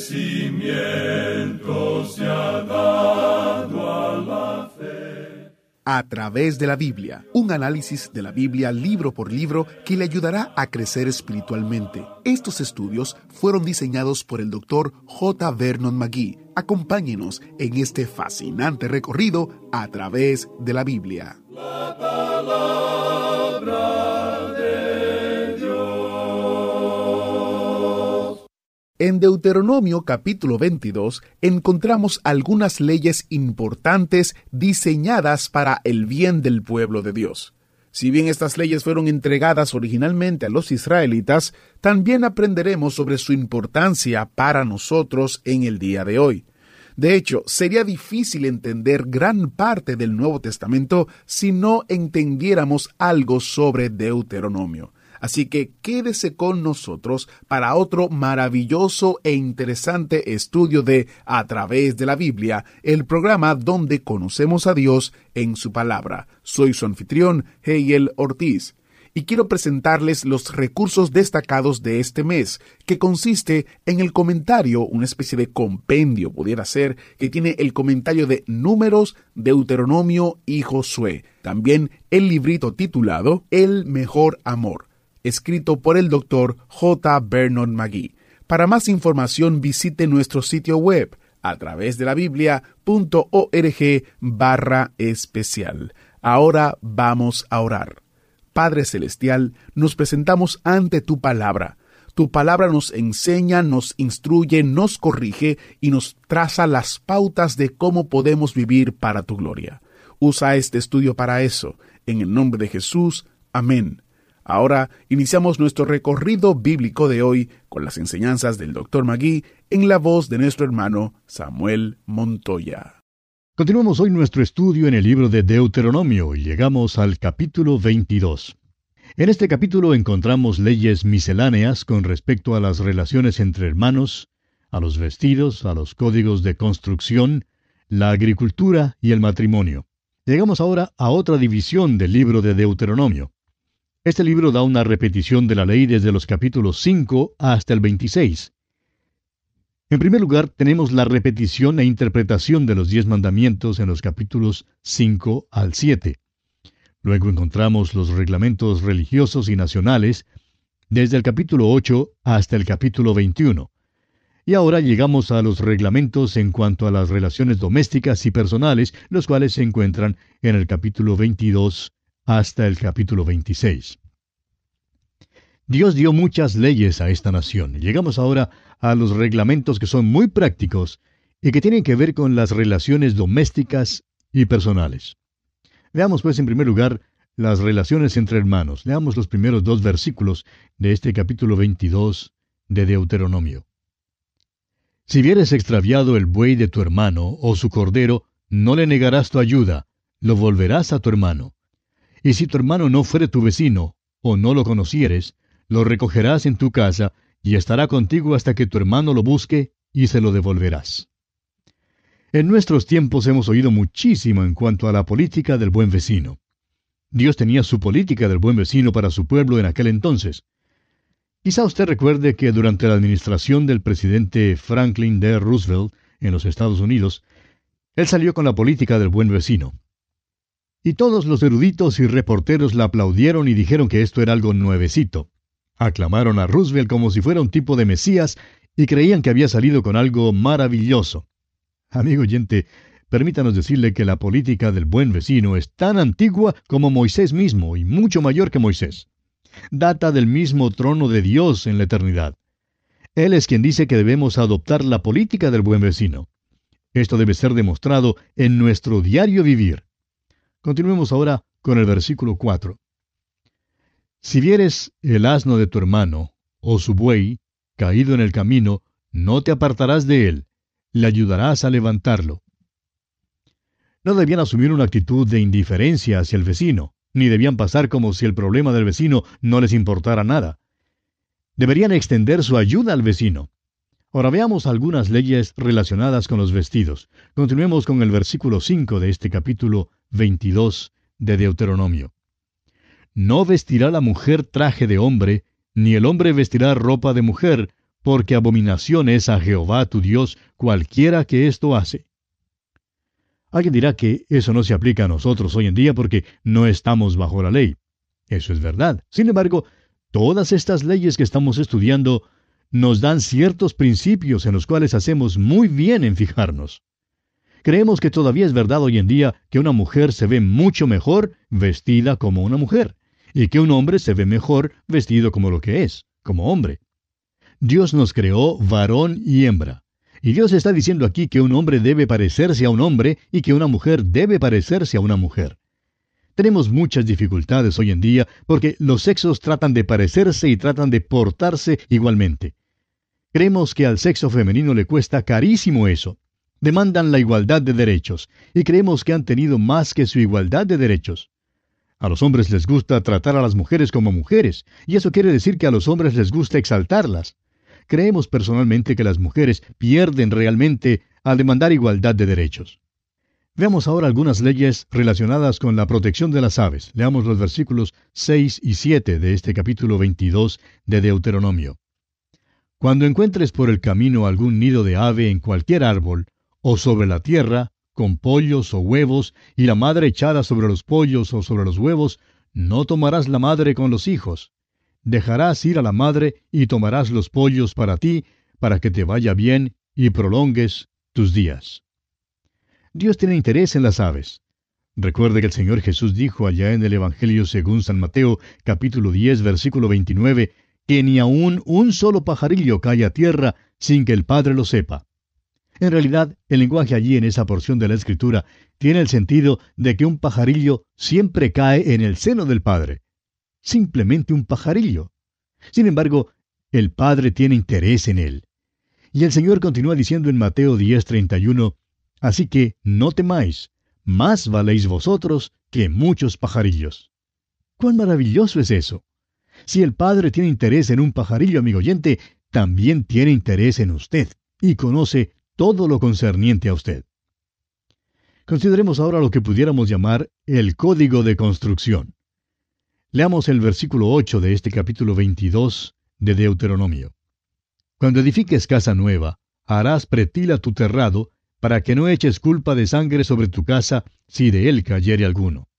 crecimiento se ha dado a la fe. A través de la Biblia, un análisis de la Biblia libro por libro que le ayudará a crecer espiritualmente. Estos estudios fueron diseñados por el Dr. J. Vernon McGee. Acompáñenos en este fascinante recorrido a través de la Biblia. La palabra de Dios. En Deuteronomio capítulo 22 encontramos algunas leyes importantes diseñadas para el bien del pueblo de Dios. Si bien estas leyes fueron entregadas originalmente a los israelitas, también aprenderemos sobre su importancia para nosotros en el día de hoy. De hecho, sería difícil entender gran parte del Nuevo Testamento si no entendiéramos algo sobre Deuteronomio. Así que quédese con nosotros para otro maravilloso e interesante estudio de A través de la Biblia, el programa donde conocemos a Dios en su palabra. Soy su anfitrión, Heyel Ortiz, y quiero presentarles los recursos destacados de este mes, que consiste en el comentario, una especie de compendio, pudiera ser, que tiene el comentario de Números, Deuteronomio y Josué. También el librito titulado El Mejor Amor, escrito por el Dr. J. Vernon McGee. Para más información visite nuestro sitio web a través de la biblia.org/especial. Ahora vamos a orar. Padre Celestial, nos presentamos ante tu palabra. Tu palabra nos enseña, nos instruye, nos corrige y nos traza las pautas de cómo podemos vivir para tu gloria. Usa este estudio para eso. En el nombre de Jesús. Amén. Ahora iniciamos nuestro recorrido bíblico de hoy con las enseñanzas del Dr. McGee en la voz de nuestro hermano Samuel Montoya. Continuamos hoy nuestro estudio en el libro de Deuteronomio y llegamos al capítulo 22. En este capítulo encontramos leyes misceláneas con respecto a las relaciones entre hermanos, a los vestidos, a los códigos de construcción, la agricultura y el matrimonio. Llegamos ahora a otra división del libro de Deuteronomio. Este libro da una repetición de la ley desde los capítulos 5 hasta el 26. En primer lugar, tenemos la repetición e interpretación de los 10 mandamientos en los capítulos 5 al 7. Luego encontramos los reglamentos religiosos y nacionales desde el capítulo 8 hasta el capítulo 21. Y ahora llegamos a los reglamentos en cuanto a las relaciones domésticas y personales, los cuales se encuentran en el capítulo 22 hasta el capítulo 26. Dios dio muchas leyes a esta nación. Llegamos ahora a los reglamentos que son muy prácticos y que tienen que ver con las relaciones domésticas y personales. Veamos pues en primer lugar las relaciones entre hermanos. Leamos los primeros 2 versículos de este capítulo 22 de Deuteronomio. Si vieres extraviado el buey de tu hermano o su cordero, no le negarás tu ayuda, lo volverás a tu hermano. Y si tu hermano no fuere tu vecino, o no lo conocieres, lo recogerás en tu casa, y estará contigo hasta que tu hermano lo busque, y se lo devolverás. En nuestros tiempos hemos oído muchísimo en cuanto a la política del buen vecino. Dios tenía su política del buen vecino para su pueblo en aquel entonces. Quizá usted recuerde que durante la administración del presidente Franklin D. Roosevelt en los Estados Unidos, él salió con la política del buen vecino. Y todos los eruditos y reporteros la aplaudieron y dijeron que esto era algo nuevecito. Aclamaron a Roosevelt como si fuera un tipo de Mesías y creían que había salido con algo maravilloso. Amigo oyente, permítanos decirle que la política del buen vecino es tan antigua como Moisés mismo y mucho mayor que Moisés. Data del mismo trono de Dios en la eternidad. Él es quien dice que debemos adoptar la política del buen vecino. Esto debe ser demostrado en nuestro diario vivir. Continuemos ahora con el versículo 4. Si vieres el asno de tu hermano, o su buey, caído en el camino, no te apartarás de él, le ayudarás a levantarlo. No debían asumir una actitud de indiferencia hacia el vecino, ni debían pasar como si el problema del vecino no les importara nada. Deberían extender su ayuda al vecino. Ahora veamos algunas leyes relacionadas con los vestidos. Continuemos con el versículo 5 de este capítulo 22 de Deuteronomio. No vestirá la mujer traje de hombre, ni el hombre vestirá ropa de mujer, porque abominación es a Jehová tu Dios cualquiera que esto hace. Alguien dirá que eso no se aplica a nosotros hoy en día porque no estamos bajo la ley. Eso es verdad. Sin embargo, todas estas leyes que estamos estudiando nos dan ciertos principios en los cuales hacemos muy bien en fijarnos. Creemos que todavía es verdad hoy en día que una mujer se ve mucho mejor vestida como una mujer, y que un hombre se ve mejor vestido como lo que es, como hombre. Dios nos creó varón y hembra. Y Dios está diciendo aquí que un hombre debe parecerse a un hombre y que una mujer debe parecerse a una mujer. Tenemos muchas dificultades hoy en día porque los sexos tratan de parecerse y tratan de portarse igualmente. Creemos que al sexo femenino le cuesta carísimo eso. Demandan la igualdad de derechos y creemos que han tenido más que su igualdad de derechos. A los hombres les gusta tratar a las mujeres como mujeres, y eso quiere decir que a los hombres les gusta exaltarlas. Creemos personalmente que las mujeres pierden realmente al demandar igualdad de derechos. Veamos ahora algunas leyes relacionadas con la protección de las aves. Leamos los versículos 6 y 7 de este capítulo 22 de Deuteronomio. Cuando encuentres por el camino algún nido de ave en cualquier árbol, o sobre la tierra, con pollos o huevos, y la madre echada sobre los pollos o sobre los huevos, no tomarás la madre con los hijos. Dejarás ir a la madre y tomarás los pollos para ti, para que te vaya bien y prolongues tus días. Dios tiene interés en las aves. Recuerde que el Señor Jesús dijo allá en el Evangelio según San Mateo, capítulo 10, versículo 29, que ni aun un solo pajarillo cae a tierra sin que el Padre lo sepa. En realidad, el lenguaje allí en esa porción de la Escritura tiene el sentido de que un pajarillo siempre cae en el seno del Padre. Simplemente un pajarillo. Sin embargo, el Padre tiene interés en él. Y el Señor continúa diciendo en Mateo 10:31, así que no temáis, más valéis vosotros que muchos pajarillos. ¡Cuán maravilloso es eso! Si el Padre tiene interés en un pajarillo, amigo oyente, también tiene interés en usted, y conoce todo lo concerniente a usted. Consideremos ahora lo que pudiéramos llamar el código de construcción. Leamos el versículo 8 de este capítulo 22 de Deuteronomio. Cuando edifiques casa nueva, harás pretil a tu terrado, para que no eches culpa de sangre sobre tu casa, si de él cayere alguno.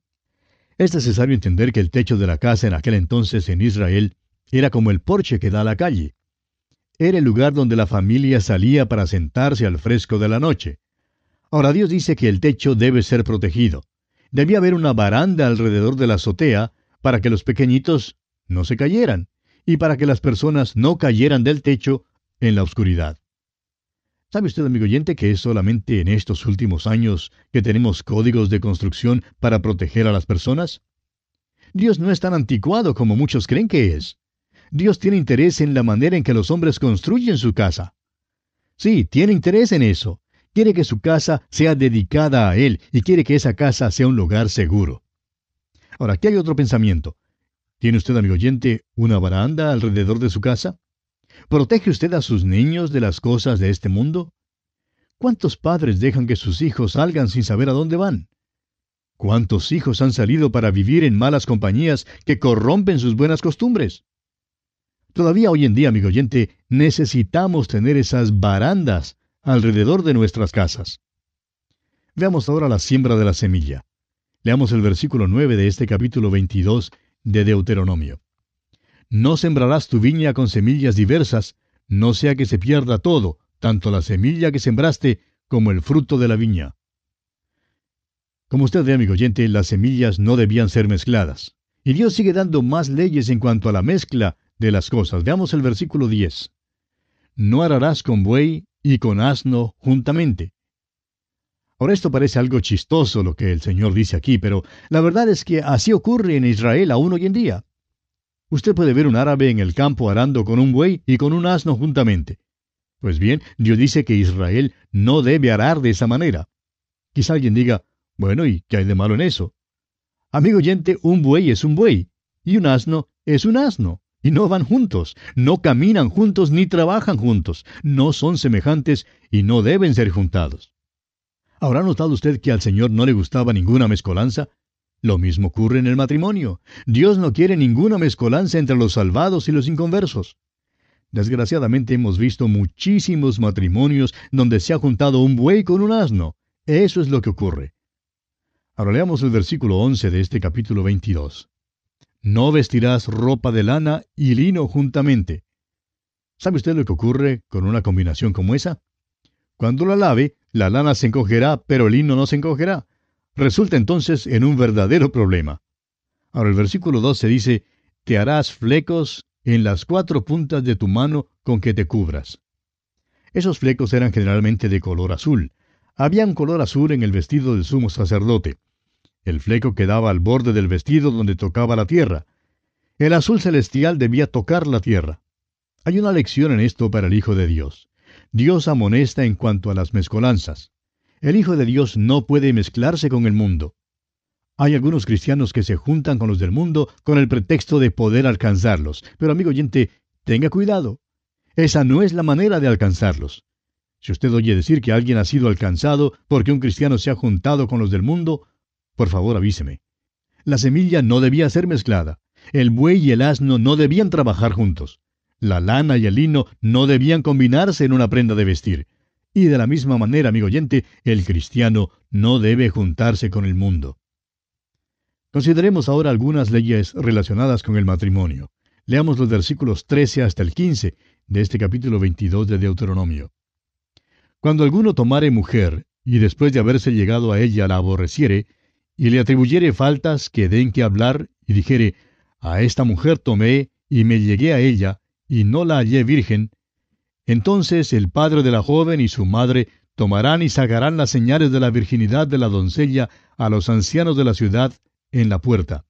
Es necesario entender que el techo de la casa en aquel entonces en Israel era como el porche que da a la calle. Era el lugar donde la familia salía para sentarse al fresco de la noche. Ahora Dios dice que el techo debe ser protegido. Debía haber una baranda alrededor de la azotea para que los pequeñitos no se cayeran y para que las personas no cayeran del techo en la oscuridad. ¿Sabe usted, amigo oyente, que es solamente en estos últimos años que tenemos códigos de construcción para proteger a las personas? Dios no es tan anticuado como muchos creen que es. Dios tiene interés en la manera en que los hombres construyen su casa. Sí, tiene interés en eso. Quiere que su casa sea dedicada a Él y quiere que esa casa sea un lugar seguro. Ahora, aquí hay otro pensamiento. ¿Tiene usted, amigo oyente, una baranda alrededor de su casa? ¿Protege usted a sus niños de las cosas de este mundo? ¿Cuántos padres dejan que sus hijos salgan sin saber a dónde van? ¿Cuántos hijos han salido para vivir en malas compañías que corrompen sus buenas costumbres? Todavía hoy en día, amigo oyente, necesitamos tener esas barandas alrededor de nuestras casas. Veamos ahora la siembra de la semilla. Leamos el versículo 9 de este capítulo 22 de Deuteronomio. No sembrarás tu viña con semillas diversas, no sea que se pierda todo, tanto la semilla que sembraste como el fruto de la viña. Como usted ve, amigo oyente, las semillas no debían ser mezcladas. Y Dios sigue dando más leyes en cuanto a la mezcla de las cosas. Veamos el versículo 10. No ararás con buey y con asno juntamente. Ahora esto parece algo chistoso lo que el Señor dice aquí, pero la verdad es que así ocurre en Israel aún hoy en día. Usted puede ver un árabe en el campo arando con un buey y con un asno juntamente. Pues bien, Dios dice que Israel no debe arar de esa manera. Quizá alguien diga, bueno, ¿y qué hay de malo en eso? Amigo oyente, un buey es un buey, y un asno es un asno, y no van juntos, no caminan juntos ni trabajan juntos, no son semejantes y no deben ser juntados. ¿Habrá notado usted que al Señor no le gustaba ninguna mezcolanza? Lo mismo ocurre en el matrimonio. Dios no quiere ninguna mezcolanza entre los salvados y los inconversos. Desgraciadamente hemos visto muchísimos matrimonios donde se ha juntado un buey con un asno. Eso es lo que ocurre. Ahora leamos el versículo 11 de este capítulo 22. No vestirás ropa de lana y lino juntamente. ¿Sabe usted lo que ocurre con una combinación como esa? Cuando la lave, la lana se encogerá, pero el lino no se encogerá. Resulta entonces en un verdadero problema. Ahora el versículo 12 dice, te harás flecos en las 4 puntas de tu mano con que te cubras. Esos flecos eran generalmente de color azul. Había un color azul en el vestido del sumo sacerdote. El fleco quedaba al borde del vestido donde tocaba la tierra. El azul celestial debía tocar la tierra. Hay una lección en esto para el Hijo de Dios. Dios amonesta en cuanto a las mezcolanzas. El Hijo de Dios no puede mezclarse con el mundo. Hay algunos cristianos que se juntan con los del mundo con el pretexto de poder alcanzarlos. Pero amigo oyente, tenga cuidado. Esa no es la manera de alcanzarlos. Si usted oye decir que alguien ha sido alcanzado porque un cristiano se ha juntado con los del mundo, por favor avíseme. La semilla no debía ser mezclada. El buey y el asno no debían trabajar juntos. La lana y el lino no debían combinarse en una prenda de vestir. Y de la misma manera, amigo oyente, el cristiano no debe juntarse con el mundo. Consideremos ahora algunas leyes relacionadas con el matrimonio. Leamos los versículos 13 hasta el 15 de este capítulo 22 de Deuteronomio. Cuando alguno tomare mujer, y después de haberse llegado a ella la aborreciere, y le atribuyere faltas que den que hablar, y dijere, a esta mujer tomé, y me llegué a ella, y no la hallé virgen, entonces el padre de la joven y su madre tomarán y sacarán las señales de la virginidad de la doncella a los ancianos de la ciudad en la puerta.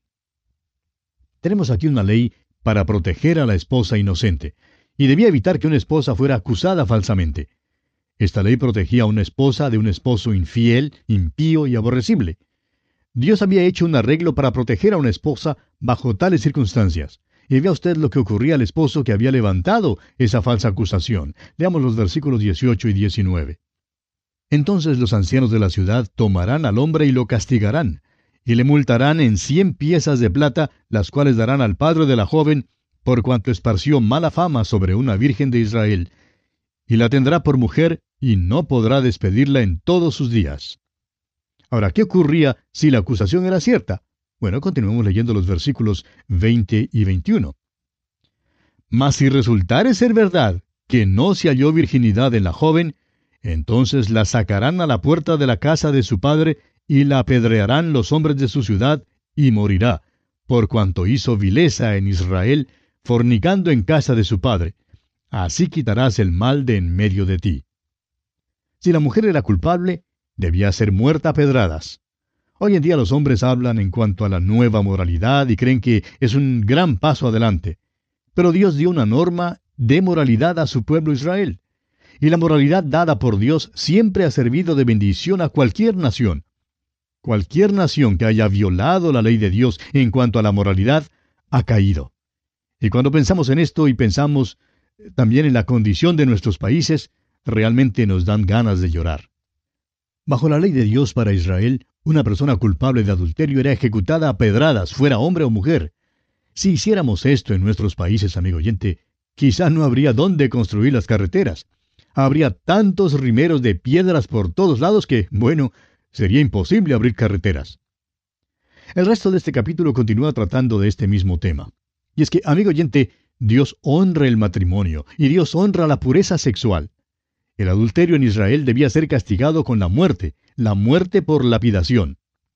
Tenemos aquí una ley para proteger a la esposa inocente, y debía evitar que una esposa fuera acusada falsamente. Esta ley protegía a una esposa de un esposo infiel, impío y aborrecible. Dios había hecho un arreglo para proteger a una esposa bajo tales circunstancias. Y vea usted lo que ocurría al esposo que había levantado esa falsa acusación. Leamos los versículos 18 y 19. Entonces los ancianos de la ciudad tomarán al hombre y lo castigarán, y le multarán en 100 piezas de plata, las cuales darán al padre de la joven, por cuanto esparció mala fama sobre una virgen de Israel, y la tendrá por mujer, y no podrá despedirla en todos sus días. Ahora, ¿qué ocurría si la acusación era cierta? Bueno, continuemos leyendo los versículos 20 y 21. Mas si resultare ser verdad que no se halló virginidad en la joven, entonces la sacarán a la puerta de la casa de su padre, y la apedrearán los hombres de su ciudad, y morirá, por cuanto hizo vileza en Israel, fornicando en casa de su padre. Así quitarás el mal de en medio de ti. Si la mujer era culpable, debía ser muerta a pedradas. Hoy en día los hombres hablan en cuanto a la nueva moralidad y creen que es un gran paso adelante. Pero Dios dio una norma de moralidad a su pueblo Israel. Y la moralidad dada por Dios siempre ha servido de bendición a cualquier nación. Cualquier nación que haya violado la ley de Dios en cuanto a la moralidad, ha caído. Y cuando pensamos en esto y pensamos también en la condición de nuestros países, realmente nos dan ganas de llorar. Bajo la ley de Dios para Israel, una persona culpable de adulterio era ejecutada a pedradas, fuera hombre o mujer. Si hiciéramos esto en nuestros países, amigo oyente, quizá no habría dónde construir las carreteras. Habría tantos rimeros de piedras por todos lados que, bueno, sería imposible abrir carreteras. El resto de este capítulo continúa tratando de este mismo tema. Y es que, amigo oyente, Dios honra el matrimonio y Dios honra la pureza sexual. El adulterio en Israel debía ser castigado con la muerte por lapidación.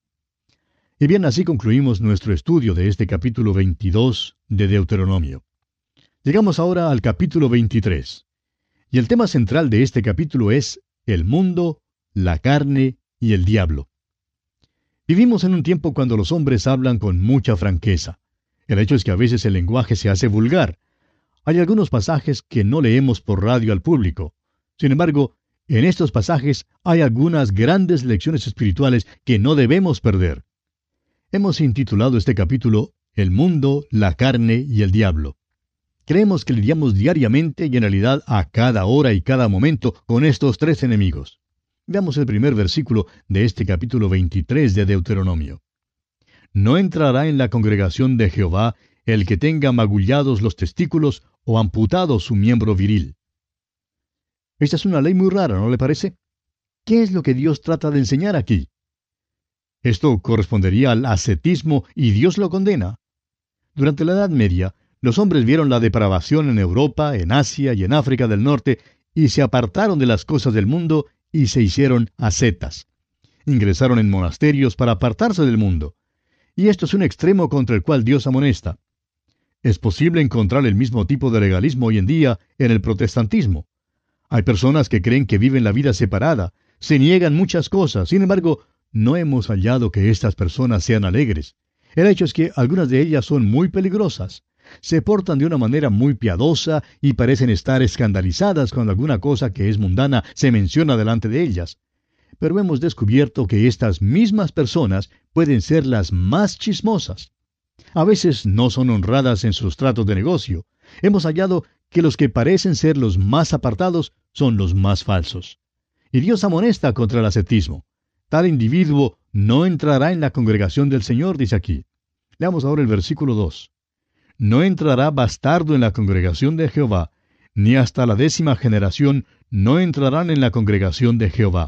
Y bien, así concluimos nuestro estudio de este capítulo 22 de Deuteronomio. Llegamos ahora al capítulo 23. Y el tema central de este capítulo es el mundo, la carne y el diablo. Vivimos en un tiempo cuando los hombres hablan con mucha franqueza. El hecho es que a veces el lenguaje se hace vulgar. Hay algunos pasajes que no leemos por radio al público. Sin embargo, en estos pasajes hay algunas grandes lecciones espirituales que no debemos perder. Hemos intitulado este capítulo El mundo, la carne y el diablo. Creemos que lidiamos diariamente y en realidad a cada hora y cada momento con estos tres enemigos. Veamos el primer versículo de este capítulo 23 de Deuteronomio. No entrará en la congregación de Jehová el que tenga magullados los testículos o amputado su miembro viril. Esta es una ley muy rara, ¿no le parece? ¿Qué es lo que Dios trata de enseñar aquí? Esto correspondería al ascetismo y Dios lo condena. Durante la Edad Media, los hombres vieron la depravación en Europa, en Asia y en África del Norte y se apartaron de las cosas del mundo y se hicieron ascetas. Ingresaron en monasterios para apartarse del mundo. Y esto es un extremo contra el cual Dios amonesta. Es posible encontrar el mismo tipo de legalismo hoy en día en el protestantismo. Hay personas que creen que viven la vida separada, se niegan muchas cosas, sin embargo, no hemos hallado que estas personas sean alegres. El hecho es que algunas de ellas son muy peligrosas. Se portan de una manera muy piadosa y parecen estar escandalizadas cuando alguna cosa que es mundana se menciona delante de ellas. Pero hemos descubierto que estas mismas personas pueden ser las más chismosas. A veces no son honradas en sus tratos de negocio. Hemos hallado que los que parecen ser los más apartados son los más falsos. Y Dios amonesta contra el ascetismo. Tal individuo no entrará en la congregación del Señor, dice aquí. Leamos ahora el versículo 2. No entrará bastardo en la congregación de Jehová, ni hasta la 10ª generación no entrarán en la congregación de Jehová.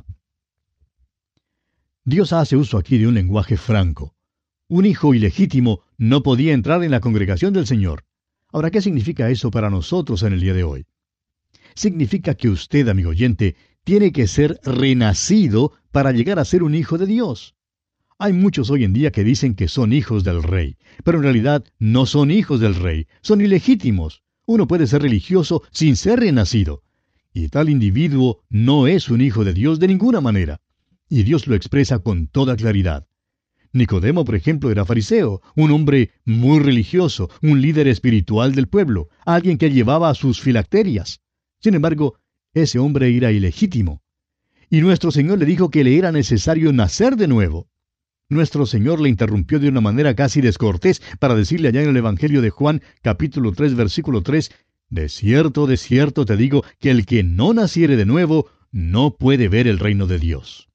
Dios hace uso aquí de un lenguaje franco. Un hijo ilegítimo no podía entrar en la congregación del Señor. Ahora, ¿qué significa eso para nosotros en el día de hoy? Significa que usted, amigo oyente, tiene que ser renacido para llegar a ser un hijo de Dios. Hay muchos hoy en día que dicen que son hijos del rey, pero en realidad no son hijos del rey, son ilegítimos. Uno puede ser religioso sin ser renacido. Y tal individuo no es un hijo de Dios de ninguna manera. Y Dios lo expresa con toda claridad. Nicodemo, por ejemplo, era fariseo, un hombre muy religioso, un líder espiritual del pueblo, alguien que llevaba sus filacterias. Sin embargo, ese hombre era ilegítimo. Y nuestro Señor le dijo que le era necesario nacer de nuevo. Nuestro Señor le interrumpió de una manera casi descortés para decirle allá en el Evangelio de Juan, capítulo 3, versículo 3, de cierto te digo, que el que no naciere de nuevo, no puede ver el reino de Dios.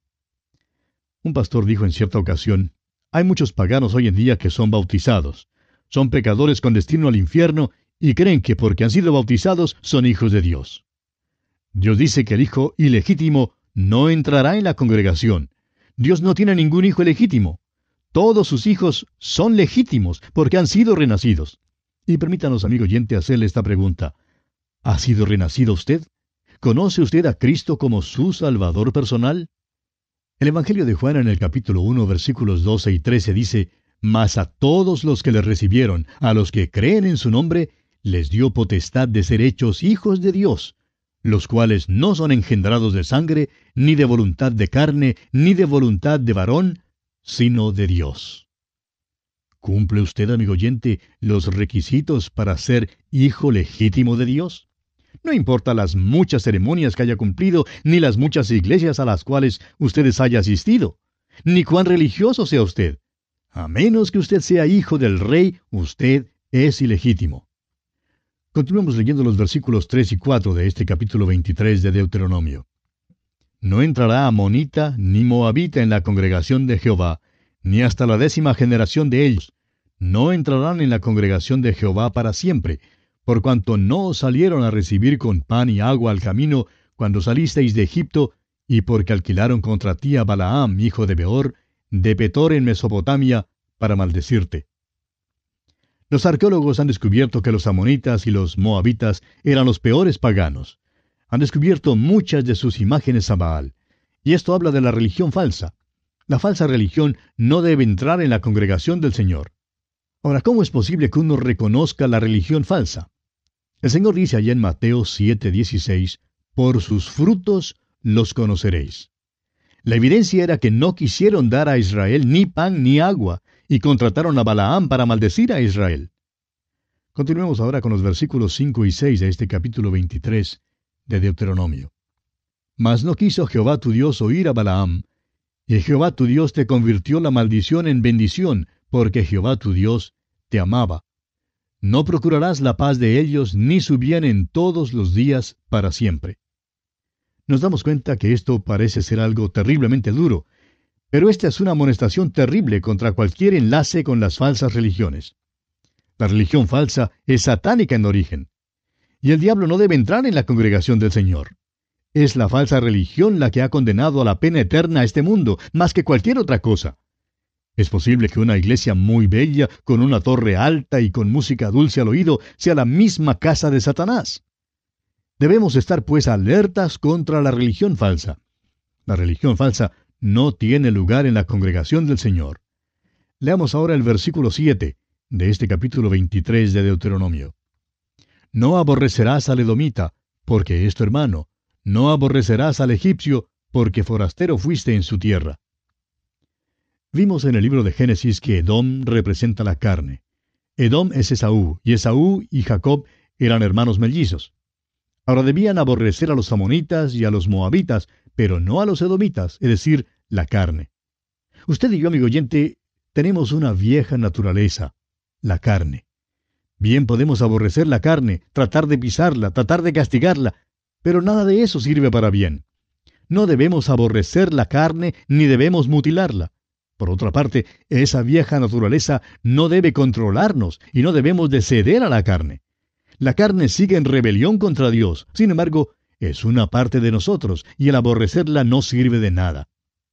Un pastor dijo en cierta ocasión, hay muchos paganos hoy en día que son bautizados. Son pecadores con destino al infierno y creen que porque han sido bautizados son hijos de Dios. Dios dice que el hijo ilegítimo no entrará en la congregación. Dios no tiene ningún hijo legítimo. Todos sus hijos son legítimos porque han sido renacidos. Y permítanos, amigo oyente, hacerle esta pregunta. ¿Ha sido renacido usted? ¿Conoce usted a Cristo como su Salvador personal? El Evangelio de Juan en el capítulo 1, versículos 12 y 13 dice, Mas a todos los que le recibieron, a los que creen en su nombre, les dio potestad de ser hechos hijos de Dios, los cuales no son engendrados de sangre, ni de voluntad de carne, ni de voluntad de varón, sino de Dios. ¿Cumple usted, amigo oyente, los requisitos para ser hijo legítimo de Dios? No importa las muchas ceremonias que haya cumplido, ni las muchas iglesias a las cuales ustedes haya asistido, ni cuán religioso sea usted. A menos que usted sea hijo del rey, usted es ilegítimo. Continuemos leyendo los versículos 3 y 4 de este capítulo 23 de Deuteronomio. No entrará amonita ni moabita en la congregación de Jehová, ni hasta la 10ª generación de ellos. No entrarán en la congregación de Jehová para siempre, por cuanto no os salieron a recibir con pan y agua al camino cuando salisteis de Egipto, y porque alquilaron contra ti a Balaam, hijo de Beor, de Petor en Mesopotamia, para maldecirte. Los arqueólogos han descubierto que los amonitas y los moabitas eran los peores paganos. Han descubierto muchas de sus imágenes a Baal. Y esto habla de la religión falsa. La falsa religión no debe entrar en la congregación del Señor. Ahora, ¿cómo es posible que uno reconozca la religión falsa? El Señor dice allá en Mateo 7:16, por sus frutos los conoceréis. La evidencia era que no quisieron dar a Israel ni pan ni agua, y contrataron a Balaam para maldecir a Israel. Continuemos ahora con los versículos 5 y 6 de este capítulo 23 de Deuteronomio. Mas no quiso Jehová tu Dios oír a Balaam, y Jehová tu Dios te convirtió la maldición en bendición, porque Jehová tu Dios te amaba. No procurarás la paz de ellos, ni su bien en todos los días para siempre. Nos damos cuenta que esto parece ser algo terriblemente duro, pero esta es una amonestación terrible contra cualquier enlace con las falsas religiones. La religión falsa es satánica en origen. y el diablo no debe entrar en la congregación del Señor. Es la falsa religión la que ha condenado a la pena eterna a este mundo, más que cualquier otra cosa. Es posible que una iglesia muy bella, con una torre alta y con música dulce al oído, sea la misma casa de Satanás. Debemos estar pues alertas contra la religión falsa. La religión falsa no tiene lugar en la congregación del Señor. Leamos ahora el versículo 7 de este capítulo 23 de Deuteronomio. No aborrecerás al edomita, porque es tu hermano. No aborrecerás al egipcio, porque forastero fuiste en su tierra. Vimos en el libro de Génesis que Edom representa la carne. Edom es Esaú, y Esaú y Jacob eran hermanos mellizos. Ahora debían aborrecer a los amonitas y a los moabitas, pero no a los edomitas, es decir, la carne. Usted y yo, amigo oyente, tenemos una vieja naturaleza, la carne. Bien podemos aborrecer la carne, tratar de pisarla, tratar de castigarla, pero nada de eso sirve para bien. No debemos aborrecer la carne ni debemos mutilarla. Por otra parte, esa vieja naturaleza no debe controlarnos y no debemos de ceder a la carne. La carne sigue en rebelión contra Dios, sin embargo, es una parte de nosotros y el aborrecerla no sirve de nada.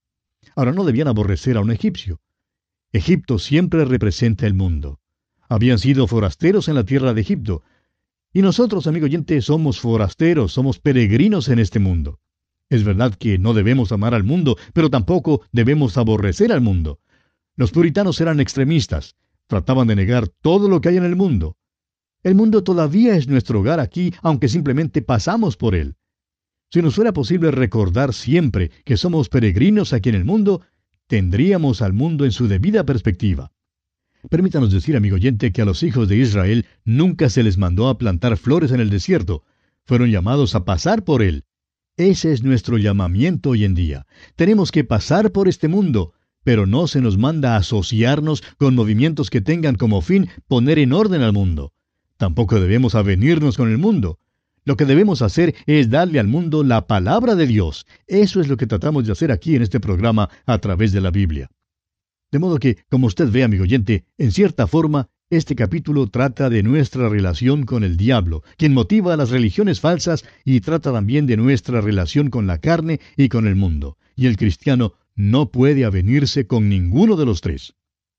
Ahora no debían aborrecer a un egipcio. Egipto siempre representa el mundo. Habían sido forasteros en la tierra de Egipto. Y nosotros, amigo oyente, somos forasteros, somos peregrinos en este mundo. Es verdad que no debemos amar al mundo, pero tampoco debemos aborrecer al mundo. Los puritanos eran extremistas, trataban de negar todo lo que hay en el mundo. El mundo todavía es nuestro hogar aquí, aunque simplemente pasamos por él. Si nos fuera posible recordar siempre que somos peregrinos aquí en el mundo, tendríamos al mundo en su debida perspectiva. Permítanos decir, amigo oyente, que a los hijos de Israel nunca se les mandó a plantar flores en el desierto. Fueron llamados a pasar por él. Ese es nuestro llamamiento hoy en día. Tenemos que pasar por este mundo, pero no se nos manda a asociarnos con movimientos que tengan como fin poner en orden al mundo. Tampoco debemos avenirnos con el mundo. Lo que debemos hacer es darle al mundo la palabra de Dios. Eso es lo que tratamos de hacer aquí en este programa a través de la Biblia. De modo que, como usted ve, amigo oyente, en cierta forma, este capítulo trata de nuestra relación con el diablo, quien motiva a las religiones falsas, y trata también de nuestra relación con la carne y con el mundo. Y el cristiano no puede avenirse con ninguno de los tres.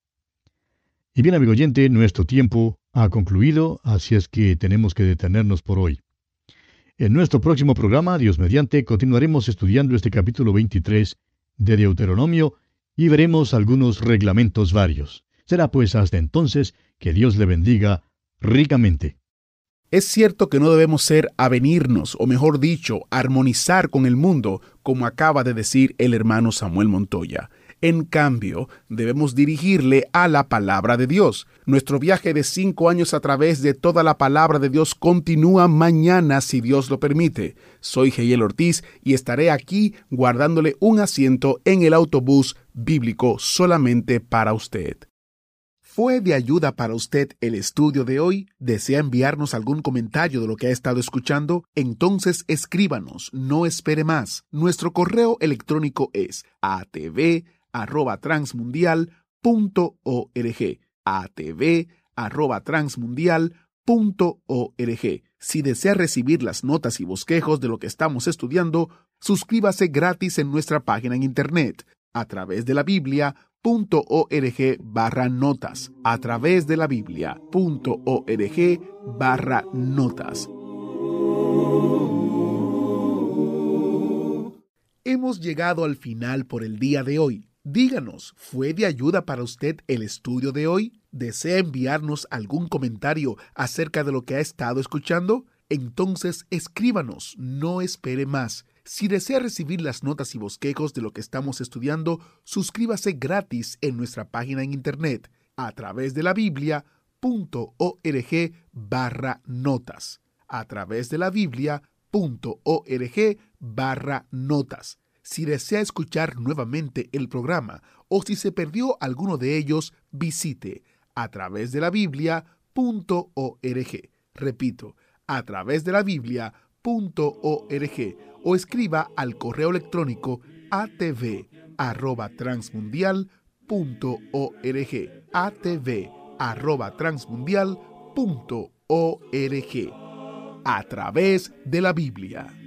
Y bien, amigo oyente, nuestro tiempo ha concluido, así es que tenemos que detenernos por hoy. En nuestro próximo programa, Dios mediante, continuaremos estudiando este capítulo 23 de Deuteronomio y veremos algunos reglamentos varios. Será pues hasta entonces que Dios le bendiga ricamente. Es cierto que no debemos ser avenirnos, o mejor dicho, armonizar con el mundo, como acaba de decir el hermano Samuel Montoya. En cambio, debemos dirigirle a la palabra de Dios. Nuestro viaje de 5 años a través de toda la palabra de Dios continúa mañana, si Dios lo permite. Soy Geiel Ortiz y estaré aquí guardándole un asiento en el autobús bíblico solamente para usted. ¿Fue de ayuda para usted el estudio de hoy? ¿Desea enviarnos algún comentario de lo que ha estado escuchando? Entonces escríbanos, no espere más. Nuestro correo electrónico es atv@transmundial.org. atv@transmundial.org. Si desea recibir las notas y bosquejos de lo que estamos estudiando, suscríbase gratis en nuestra página en internet a través de la Biblia.org/notas, a través de la Biblia.org/notas. Hemos llegado al final por el día de hoy. Díganos, ¿fue de ayuda para usted el estudio de hoy? ¿Desea enviarnos algún comentario acerca de lo que ha estado escuchando? Entonces escríbanos, no espere más. Si desea recibir las notas y bosquejos de lo que estamos estudiando, suscríbase gratis en nuestra página en internet a través de la Biblia.org/notas, a través de la Biblia.org/notas. Si desea escuchar nuevamente el programa o si se perdió alguno de ellos, visite a través de la Biblia.org. Repito, a través de la Biblia.org o escriba al correo electrónico atv@transmundial.org. atv@transmundial.org. a través de la Biblia.